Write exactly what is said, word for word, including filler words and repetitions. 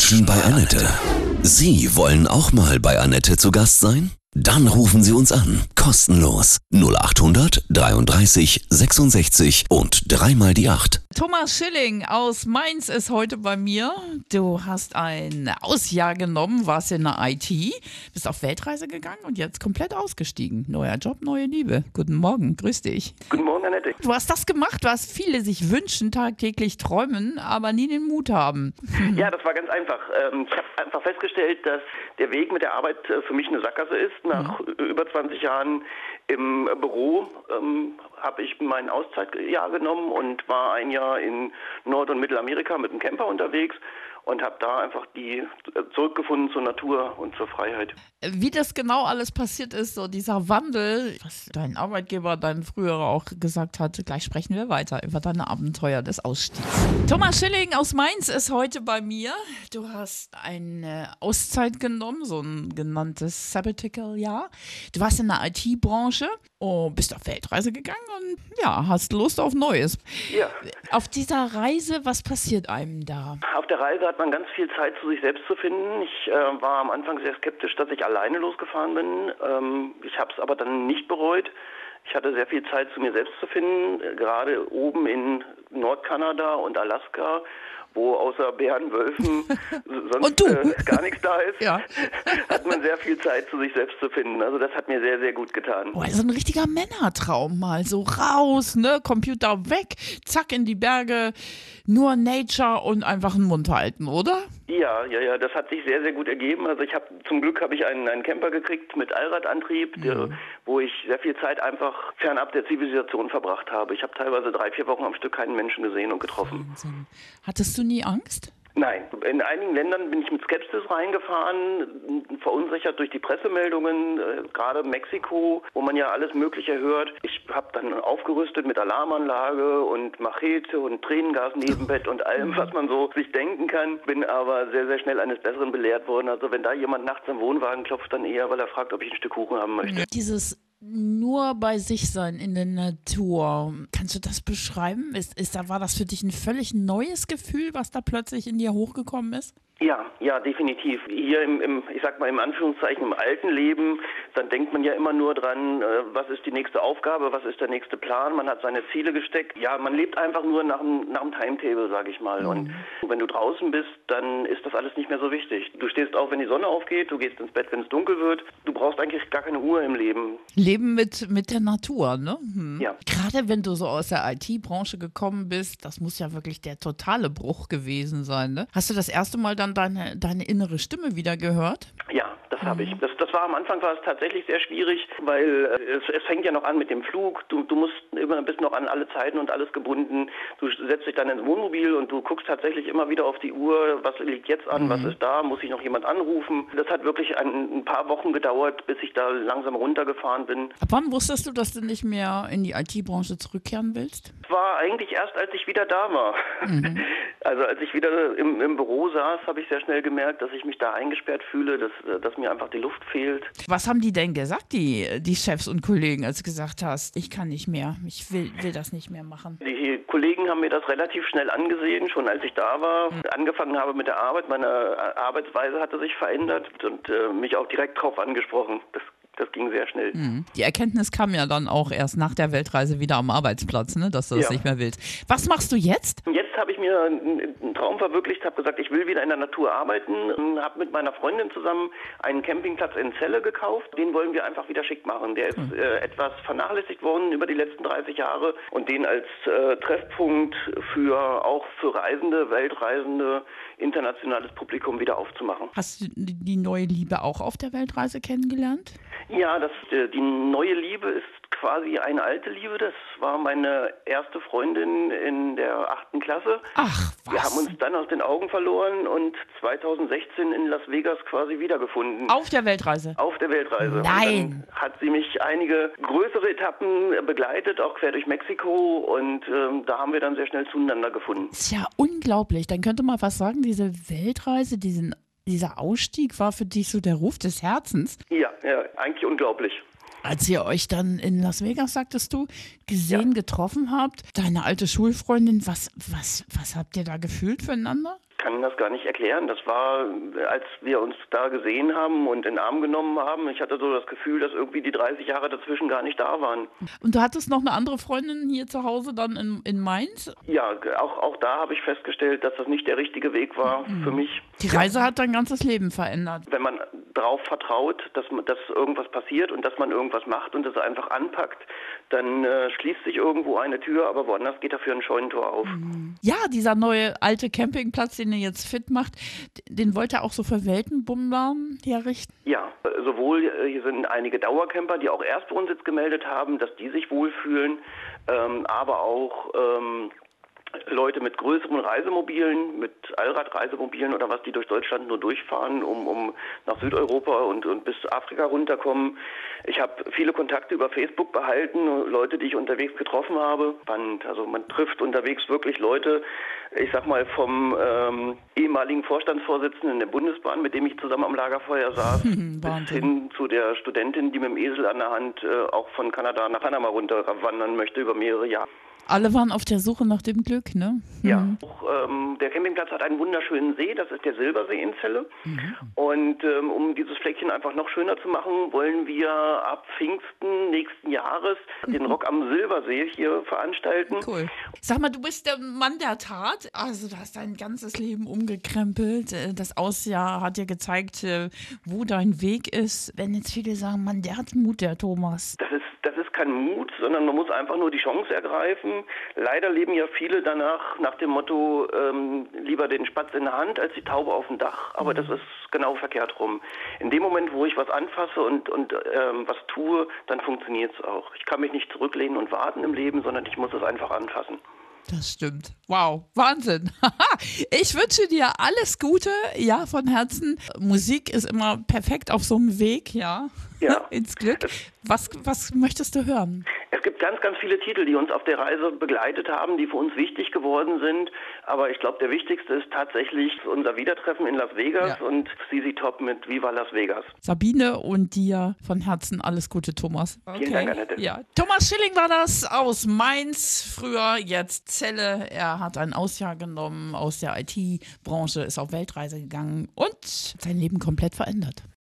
Wünschen bei Annette. Sie wollen auch mal bei Annette zu Gast sein? Dann rufen Sie uns an. Kostenlos. null acht hundert dreiunddreißig sechsundsechzig und dreimal die acht. Thomas Schilling aus Mainz ist heute bei mir. Du hast ein Ausjahr genommen, warst in der I T, bist auf Weltreise gegangen und jetzt komplett ausgestiegen. Neuer Job, neue Liebe. Guten Morgen, grüß dich. Guten Morgen, Annette. Du hast das gemacht, was viele sich wünschen, tagtäglich träumen, aber nie den Mut haben. Ja, das war ganz einfach. Ich habe einfach festgestellt, dass der Weg mit der Arbeit für mich eine Sackgasse ist. Nach mhm. über zwanzig Jahren im Büro ähm, habe ich mein Auszeitjahr genommen und war ein Jahr in Nord- und Mittelamerika mit dem Camper unterwegs und habe da einfach die zurückgefunden zur Natur und zur Freiheit. Wie das genau alles passiert ist, so dieser Wandel, was dein Arbeitgeber, dein früherer auch gesagt hat, gleich sprechen wir weiter über deine Abenteuer des Ausstiegs. Thomas Schilling aus Mainz ist heute bei mir. Du hast eine Auszeit genommen, so ein genanntes Sabbatical-Jahr. Du warst in der I T-Branche und bist auf Weltreise gegangen und ja, hast Lust auf Neues. Ja. Auf dieser Reise, was passiert einem da? Auf der Reise hat man ganz viel Zeit, zu sich selbst zu finden. Ich äh, war am Anfang sehr skeptisch, dass ich alleine losgefahren bin. Ähm, ich habe es aber dann nicht bereut. Ich hatte sehr viel Zeit, zu mir selbst zu finden, gerade oben in Nordkanada und Alaska, wo außer Bären, Wölfen sonst äh, gar nichts da ist, ja. hat man sehr viel Zeit, zu sich selbst zu finden. Also das hat mir sehr, sehr gut getan. Oh, so ein richtiger Männertraum mal, so raus, ne, Computer weg, zack in die Berge, nur Nature und einfach den Mund halten, oder? Ja, ja, ja, das hat sich sehr, sehr gut ergeben. Also ich habe zum Glück habe ich einen, einen Camper gekriegt mit Allradantrieb, mhm. der, wo ich sehr viel Zeit einfach fernab der Zivilisation verbracht habe. Ich habe teilweise drei, vier Wochen am Stück keinen Menschen gesehen und getroffen. Wahnsinn. Hattest du nie Angst? Nein. In einigen Ländern bin ich mit Skepsis reingefahren, verunsichert durch die Pressemeldungen, äh, gerade Mexiko, wo man ja alles Mögliche hört. Ich habe dann aufgerüstet mit Alarmanlage und Machete und Tränengas neben Bett und allem, was man so sich denken kann. Bin aber sehr, sehr schnell eines Besseren belehrt worden. Also wenn da jemand nachts am Wohnwagen klopft, dann eher, weil er fragt, ob ich ein Stück Kuchen haben möchte. Dieses nur bei sich sein in der Natur. Kannst du das beschreiben? Ist, ist, war das für dich ein völlig neues Gefühl, was da plötzlich in dir hochgekommen ist? Ja, ja, definitiv. Hier im, im, ich sag mal im Anführungszeichen, im alten Leben, dann denkt man ja immer nur dran, äh, was ist die nächste Aufgabe, was ist der nächste Plan, man hat seine Ziele gesteckt. Ja, man lebt einfach nur nach dem, nach dem Timetable, sage ich mal. Mhm. Und wenn du draußen bist, dann ist das alles nicht mehr so wichtig. Du stehst auf, wenn die Sonne aufgeht, du gehst ins Bett, wenn es dunkel wird. Du brauchst eigentlich gar keine Uhr im Leben. Leben mit, mit der Natur, ne? Hm. Ja. Gerade wenn du so aus der I T-Branche gekommen bist, das muss ja wirklich der totale Bruch gewesen sein, ne? Hast du das erste Mal dann deine, deine innere Stimme wieder gehört? Ja, das habe ich. Das, das war am Anfang war es tatsächlich sehr schwierig, weil äh, es, es fängt ja noch an mit dem Flug. Du, du musst immer bist noch an alle Zeiten und alles gebunden. Du setzt dich dann ins Wohnmobil und du guckst tatsächlich immer wieder auf die Uhr. Was liegt jetzt an? Mhm. Was ist da? Muss ich noch jemand anrufen? Das hat wirklich ein, ein paar Wochen gedauert, bis ich da langsam runtergefahren bin. Ab wann wusstest du, dass du nicht mehr in die I T-Branche zurückkehren willst? Es war eigentlich erst, als ich wieder da war. Mhm. Also als ich wieder im, im Büro saß, habe ich sehr schnell gemerkt, dass ich mich da eingesperrt fühle, dass, dass mir einfach die Luft fehlt. Was haben die denn gesagt, die, die Chefs und Kollegen, als du gesagt hast, ich kann nicht mehr, ich will, will das nicht mehr machen? Die Kollegen haben mir das relativ schnell angesehen, schon als ich da war, mhm. angefangen habe mit der Arbeit. Meine Arbeitsweise hatte sich verändert und äh, mich auch direkt drauf angesprochen. Das Das ging sehr schnell. Mhm. Die Erkenntnis kam ja dann auch erst nach der Weltreise wieder am Arbeitsplatz, ne? Dass du das ja. nicht mehr willst. Was machst du jetzt? Jetzt habe ich mir einen Traum verwirklicht, habe gesagt, ich will wieder in der Natur arbeiten. Habe mit meiner Freundin zusammen einen Campingplatz in Celle gekauft. Den wollen wir einfach wieder schick machen. Der ist mhm. äh, etwas vernachlässigt worden über die letzten dreißig Jahre. Und den als äh, Treffpunkt für auch für Reisende, Weltreisende, internationales Publikum wieder aufzumachen. Hast du die neue Liebe auch auf der Weltreise kennengelernt? Ja, das, die neue Liebe ist quasi eine alte Liebe. Das war meine erste Freundin in der achten Klasse. Ach, was? Wir haben uns dann aus den Augen verloren und zweitausendsechzehn in Las Vegas quasi wiedergefunden. Auf der Weltreise? Auf der Weltreise. Nein! Und dann hat sie mich einige größere Etappen begleitet, auch quer durch Mexiko, und ähm, da haben wir dann sehr schnell zueinander gefunden. Das ist ja unglaublich. Dann könnte man was sagen, diese Weltreise, diesen Dieser Ausstieg war für dich so der Ruf des Herzens? Ja, ja, eigentlich unglaublich. Als ihr euch dann in Las Vegas, sagtest du, gesehen, ja. getroffen habt, deine alte Schulfreundin, was, was, was habt ihr da gefühlt füreinander? kann das gar nicht erklären. Das war, als wir uns da gesehen haben und in den Arm genommen haben, ich hatte so das Gefühl, dass irgendwie die dreißig Jahre dazwischen gar nicht da waren. Und du hattest noch eine andere Freundin hier zu Hause dann in, in Mainz? Ja, auch, auch da habe ich festgestellt, dass das nicht der richtige Weg war mhm. für mich. Die Reise ja. hat dein ganzes Leben verändert. Wenn man darauf vertraut, dass, dass irgendwas passiert und dass man irgendwas macht und das einfach anpackt, dann äh, schließt sich irgendwo eine Tür, aber woanders geht dafür ein Scheunentor auf. Ja, dieser neue alte Campingplatz, den ihr jetzt fit macht, den wollt ihr auch so für Weltenbummler herrichten? Ja, sowohl hier sind einige Dauercamper, die auch erst bei uns jetzt gemeldet haben, dass die sich wohlfühlen, ähm, aber auch ähm, Leute mit größeren Reisemobilen, mit Allradreisemobilen oder was, die durch Deutschland nur durchfahren, um, um nach Südeuropa und, und bis Afrika runterkommen. Ich habe viele Kontakte über Facebook behalten, Leute, die ich unterwegs getroffen habe. Spannend, also man trifft unterwegs wirklich Leute, ich sag mal vom ähm, ehemaligen Vorstandsvorsitzenden der Bundesbahn, mit dem ich zusammen am Lagerfeuer saß, bis hin zu der Studentin, die mit dem Esel an der Hand äh, auch von Kanada nach Panama runterwandern möchte über mehrere Jahre. Alle waren auf der Suche nach dem Glück, ne? Mhm. Ja, auch, ähm, der Campingplatz hat einen wunderschönen See, das ist der Silbersee in Celle. Mhm. Und ähm, um dieses Fleckchen einfach noch schöner zu machen, wollen wir ab Pfingsten nächsten Jahres mhm. den Rock am Silbersee hier veranstalten. Cool. Sag mal, du bist der Mann der Tat, also du hast dein ganzes Leben umgekrempelt. Das Ausjahr hat dir gezeigt, wo dein Weg ist. Wenn jetzt viele sagen, Mann, der hat Mut, der Thomas. Das ist, das ist kein Mut, sondern man muss einfach nur die Chance ergreifen. Leider leben ja viele danach nach dem Motto, ähm, lieber den Spatz in der Hand als die Taube auf dem Dach. Aber mhm. das ist genau verkehrt rum. In dem Moment, wo ich was anfasse und, und ähm, was tue, dann funktioniert es auch. Ich kann mich nicht zurücklehnen und warten im Leben, sondern ich muss es einfach anfassen. Das stimmt. Wow, Wahnsinn. Ich wünsche dir alles Gute, ja, von Herzen. Musik ist immer perfekt auf so einem Weg, ja, ja. ins Glück. Was, was möchtest du hören? Es gibt ganz, ganz viele Titel, die uns auf der Reise begleitet haben, die für uns wichtig geworden sind. Aber ich glaube, der wichtigste ist tatsächlich unser Wiedertreffen in Las Vegas ja. und Z Z Top mit Viva Las Vegas. Sabine und dir von Herzen alles Gute, Thomas. Okay. Vielen Dank, Annette. Ja. Thomas Schilling war das aus Mainz, früher, jetzt Celle. Er hat ein Ausjahr genommen aus der I T-Branche, ist auf Weltreise gegangen und sein Leben komplett verändert.